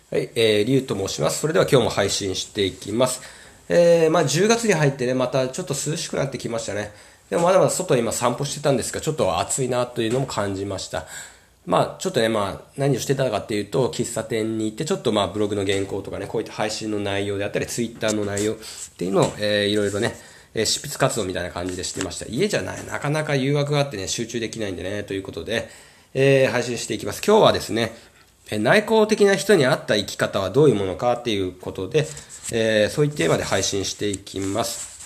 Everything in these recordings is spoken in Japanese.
はい、リュウと申します。それでは今日も配信していきます。10月に入ってね、またちょっと涼しくなってきましたね。でもまだまだ外今散歩してたんですが、ちょっと暑いなというのも感じました。ちょっとね、何をしてたかっていうと、喫茶店に行って、ちょっとブログの原稿とかね、こういった配信の内容であったり、ツイッターの内容っていうのを、いろいろね、執筆活動みたいな感じでしてました。家じゃない、なかなか誘惑があってね、集中できないんでね、ということで、配信していきます。今日はですね、内向的な人に合った生き方はどういうものかっていうことで、そういうテーマで配信していきます。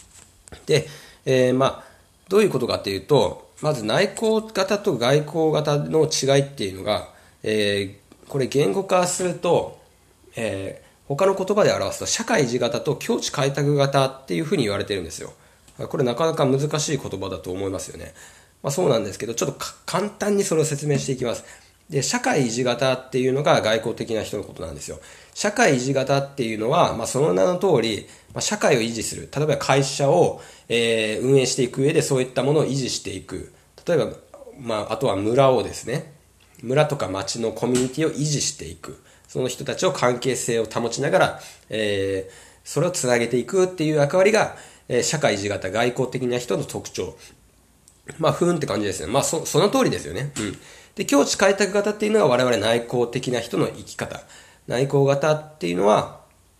で、どういうことかっていうと、まず内向型と外向型の違いっていうのが、これ言語化すると、他の言葉で表すと社会維持型と境地開拓型っていうふうに言われてるんですよ。これなかなか難しい言葉だと思いますよね。そうなんですけど、ちょっと簡単にそれを説明していきます。で、社会維持型っていうのが外交的な人のことなんですよ。社会維持型っていうのは、その名の通り、社会を維持する。例えば会社を、運営していく上でそういったものを維持していく。例えば、あとは村をですね、村とか町のコミュニティを維持していく。その人たちを関係性を保ちながら、それをつなげていくっていう役割が、社会維持型、外交的な人の特徴。ふーんって感じですね。その通りですよね。うん。で、境地開拓型っていうのは我々内向的な人の生き方。内向型っていうのは、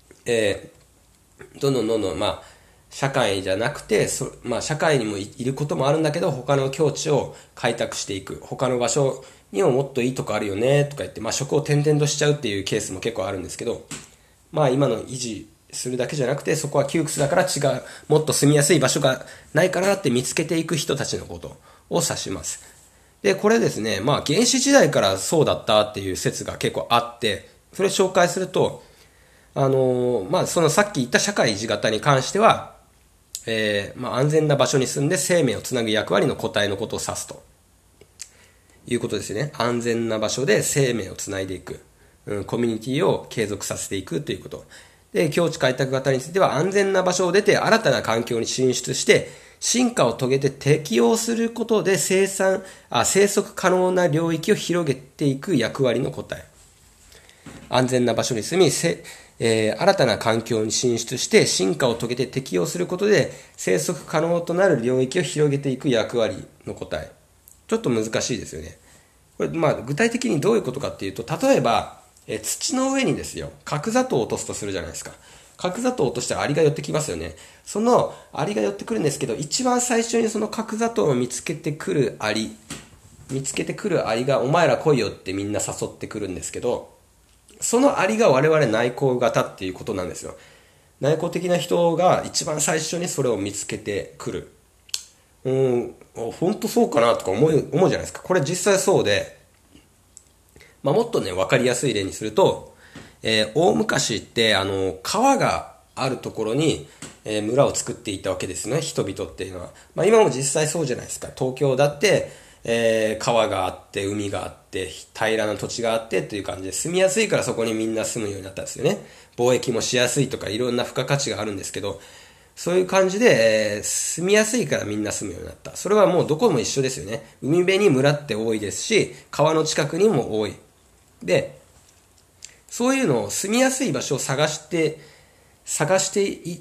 どんどんどんどん、社会じゃなくて、社会にもいることもあるんだけど、他の境地を開拓していく。他の場所にももっといいとこあるよね、とか言って、職を転々としちゃうっていうケースも結構あるんですけど、今の維持するだけじゃなくて、そこは窮屈だから違う、もっと住みやすい場所がないかなって見つけていく人たちのことを指します。で、これですね、原始時代からそうだったっていう説が結構あって、それを紹介すると、そのさっき言った社会維持型に関しては、安全な場所に住んで生命をつなぐ役割の個体のことを指すということですね。安全な場所で生命をつないでいく。コミュニティを継続させていくということ。で、境地開拓型については安全な場所を出て新たな環境に進出して進化を遂げて適応することで生息可能な領域を広げていく役割の個体。安全な場所に住み、新たな環境に進出して進化を遂げて適応することで生息可能となる領域を広げていく役割の個体。ちょっと難しいですよね。これ具体的にどういうことかっていうと、例えば土の上にですよ、角砂糖を落とすとするじゃないですか。角砂糖を落としたらアリが寄ってきますよね。そのアリが寄ってくるんですけど、一番最初にその角砂糖を見つけてくるアリがお前ら来いよってみんな誘ってくるんですけど、そのアリが我々内向型っていうことなんですよ。内向的な人が一番最初にそれを見つけてくる。本当そうかなとか思うじゃないですか。これ実際そうで、もっとね、わかりやすい例にすると、大昔って、川があるところに、村を作っていたわけですね、人々っていうのは。今も実際そうじゃないですか。東京だって、川があって、海があって、平らな土地があってっていう感じで、住みやすいからそこにみんな住むようになったんですよね。貿易もしやすいとか、いろんな付加価値があるんですけど、そういう感じで、住みやすいからみんな住むようになった。それはもうどこも一緒ですよね。海辺に村って多いですし、川の近くにも多い。で、そういうのを住みやすい場所を探していって、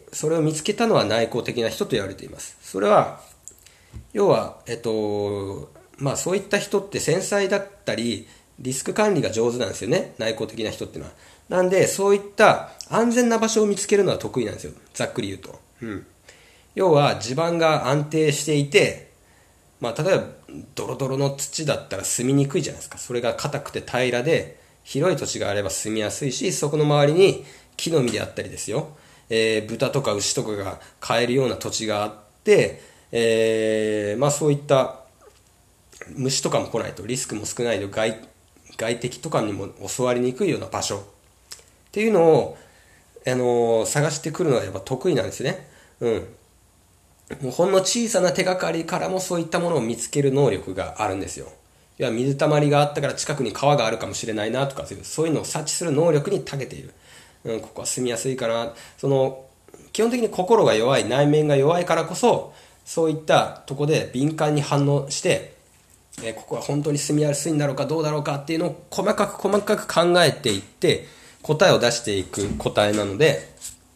それを見つけたのは内向的な人と言われています。それは、要は、そういった人って繊細だったり、リスク管理が上手なんですよね。内向的な人っていうのは。なんで、そういった安全な場所を見つけるのは得意なんですよ。ざっくり言うと。要は、地盤が安定していて、例えば、ドロドロの土だったら住みにくいじゃないですか。それが硬くて平らで、広い土地があれば住みやすいし、そこの周りに木の実であったりですよ。豚とか牛とかが飼えるような土地があって、そういった虫とかも来ないとリスクも少ないで外敵とかにも襲われにくいような場所っていうのを、探してくるのはやっぱ得意なんですね。もうほんの小さな手がかりからもそういったものを見つける能力があるんですよ。いや、水たまりがあったから近くに川があるかもしれないなとか、そういうのを察知する能力に長けている。ここは住みやすいかな。基本的に心が弱い、内面が弱いからこそ、そういったとこで敏感に反応して、ここは本当に住みやすいんだろうかどうだろうかっていうのを細かく考えていって、 答えを出していく答えなので、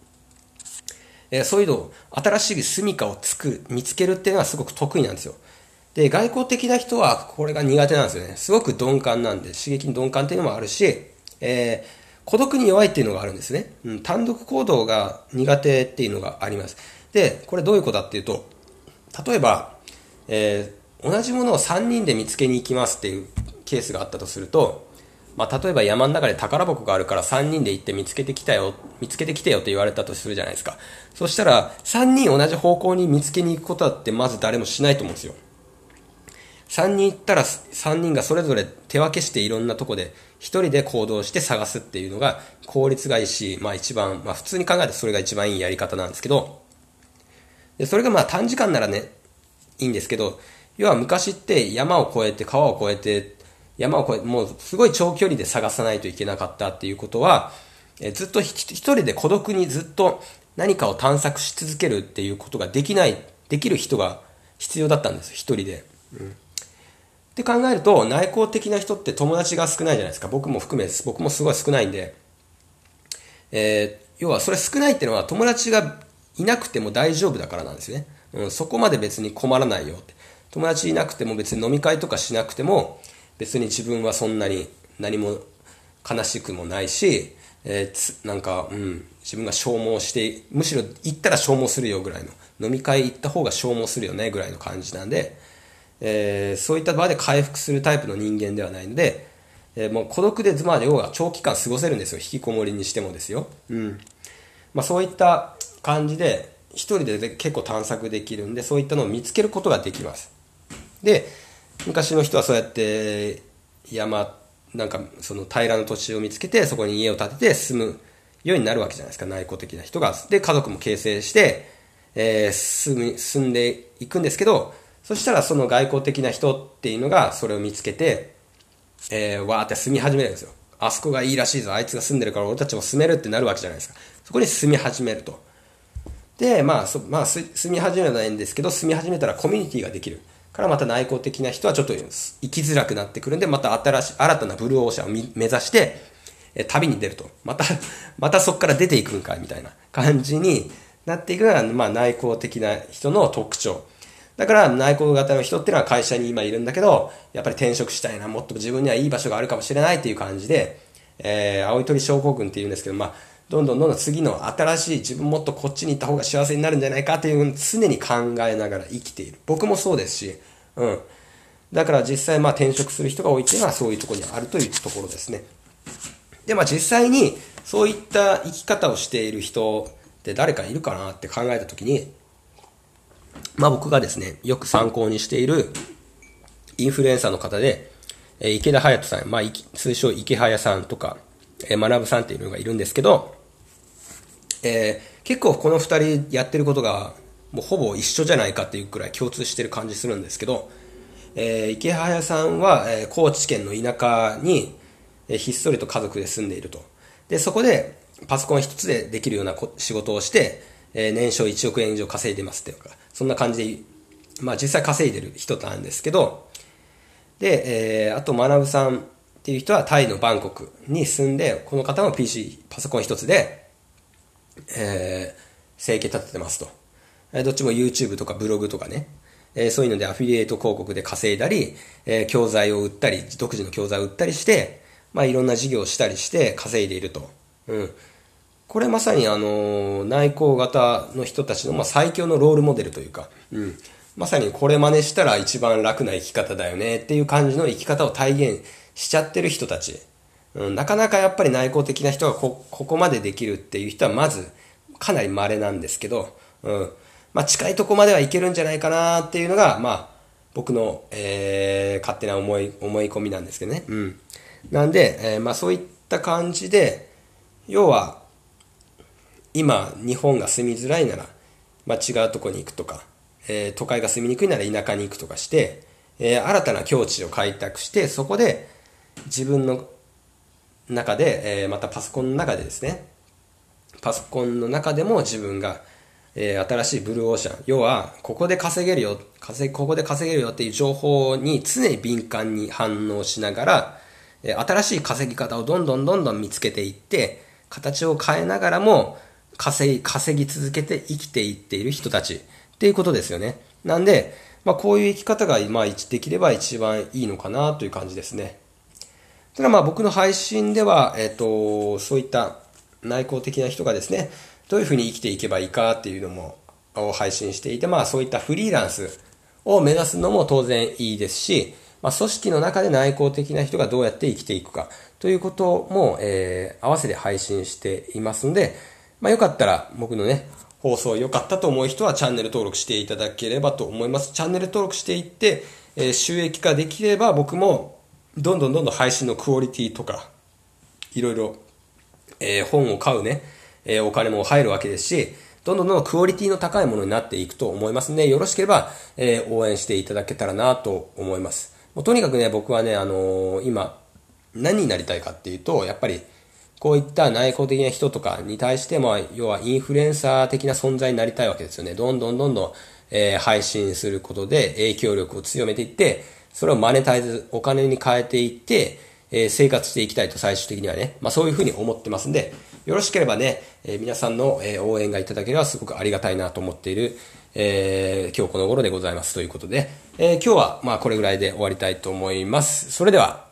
そういうのを新しい住処を見つけるっていうのはすごく得意なんですよ。で、外交的な人はこれが苦手なんですよね。すごく鈍感なんで、刺激に鈍感っていうのもあるし、孤独に弱いっていうのがあるんですね。単独行動が苦手っていうのがあります。で、これどういうことかっていうと、例えば、同じものを3人で見つけに行きますっていうケースがあったとすると、例えば山の中で宝箱があるから3人で行って見つけてきてよって言われたとするじゃないですか。そしたら3人同じ方向に見つけに行くことだってまず誰もしないと思うんですよ。3人行ったら3人がそれぞれ手分けしていろんなとこで1人で行動して探すっていうのが効率がいいし、一番、普通に考えてそれが一番いいやり方なんですけど、でそれが短時間ならね、いいんですけど、要は昔って山を越えて川を越えてもうすごい長距離で探さないといけなかったっていうことは、ずっと一人で孤独にずっと何かを探索し続けるっていうことができる人が必要だったんです、一人で。って考えると、内向的な人って友達が少ないじゃないですか。僕も含めです。僕もすごい少ないんで。要はそれ少ないっていうのは友達がいなくても大丈夫だからなんですよね。そこまで別に困らないよって。友達いなくても別に飲み会とかしなくても別に自分はそんなに何も悲しくもないし、自分が消耗して、むしろ行ったら消耗するよぐらいの、飲み会行った方が消耗するよねぐらいの感じなんで、そういった場で回復するタイプの人間ではないので、もう孤独で要は長期間過ごせるんですよ。引きこもりにしてもですよ。そういった感じで一人で結構探索できるんで、そういったのを見つけることができます。で、昔の人はそうやってその平らな土地を見つけてそこに家を建てて住むようになるわけじゃないですか、内向的な人が。で、家族も形成して、住んでいくんですけど、そしたらその外交的な人っていうのがそれを見つけて、わーって住み始めるんですよ。あそこがいいらしいぞ、あいつが住んでるから俺たちも住めるってなるわけじゃないですか。そこに住み始めると。で、住み始めないんですけど、住み始めたらコミュニティができる。からまた内向的な人はちょっと生きづらくなってくるんで、また新たなブルーオーシャンを目指して、旅に出ると。またそこから出ていくんかいみたいな感じになっていくのが、内向的な人の特徴。だから内向型の人っていうのは会社に今いるんだけど、やっぱり転職したいな、もっと自分にはいい場所があるかもしれないっていう感じで、青い鳥症候群っていうんですけど、どんどん次の新しい自分もっとこっちに行った方が幸せになるんじゃないかっていうのを常に考えながら生きている。僕もそうですし、だから実際転職する人が多いっていうのはそういうところにあるというところですね。で、実際にそういった生き方をしている人って誰かいるかなって考えたときに、僕がですね、よく参考にしているインフルエンサーの方で、池田隼人さん、通称池早さんとか、学さんっていうのがいるんですけど、結構この二人やってることがもうほぼ一緒じゃないかっていうくらい共通してる感じするんですけど、池早さんは、高知県の田舎に、ひっそりと家族で住んでいると。で、そこでパソコン一つでできるような仕事をして、年商1億円以上稼いでますっていうか、そんな感じで、実際稼いでる人なんですけど、で、あと学さんっていう人はタイのバンコクに住んで、この方もパソコン一つで、生計立ててますと。どっちも YouTube とかブログとかね、そういうのでアフィリエイト広告で稼いだり、教材を売ったり、独自の教材を売ったりして、いろんな事業をしたりして稼いでいると。これまさに内向型の人たちの最強のロールモデルというか、まさにこれ真似したら一番楽な生き方だよねっていう感じの生き方を体現しちゃってる人たち。なかなかやっぱり内向的な人がここまでできるっていう人はまずかなり稀なんですけど、近いとこまではいけるんじゃないかなっていうのが、僕の、勝手な思い込みなんですけどね。なんで、そういった感じで、要は、今、日本が住みづらいなら、違うとこに行くとか、都会が住みにくいなら田舎に行くとかして、新たな境地を開拓して、そこで自分の中で、またパソコンの中でですね、パソコンの中でも自分が、新しいブルーオーシャン、要はここで稼げるよっていう情報に常に敏感に反応しながら、新しい稼ぎ方をどんどん見つけていって、 形を変えながらも稼ぎ続けて生きていっている人たちっていうことですよね。なんで、こういう生き方ができれば一番いいのかなという感じですね。ただ僕の配信では、そういった内向的な人がですね、どういうふうに生きていけばいいかっていうのもを配信していて、そういったフリーランスを目指すのも当然いいですし、組織の中で内向的な人がどうやって生きていくかということも、合わせて配信していますので、よかったら僕のね、放送良かったと思う人はチャンネル登録していただければと思います。チャンネル登録していって、収益化できれば僕もどんどん配信のクオリティとか、いろいろ、本を買うね、お金も入るわけですし、どんどんクオリティの高いものになっていくと思いますので、よろしければ、応援していただけたらなと思います。もうとにかくね、僕はね、今、何になりたいかっていうと、やっぱり、こういった内向的な人とかに対して、要はインフルエンサー的な存在になりたいわけですよね。どんどん、配信することで影響力を強めていって、それをマネタイズ、お金に変えていって、生活していきたいと最終的にはね、そういうふうに思ってますんで、よろしければね、皆さんの、応援がいただければすごくありがたいなと思っている、今日この頃でございますということで、今日はこれぐらいで終わりたいと思います。それでは、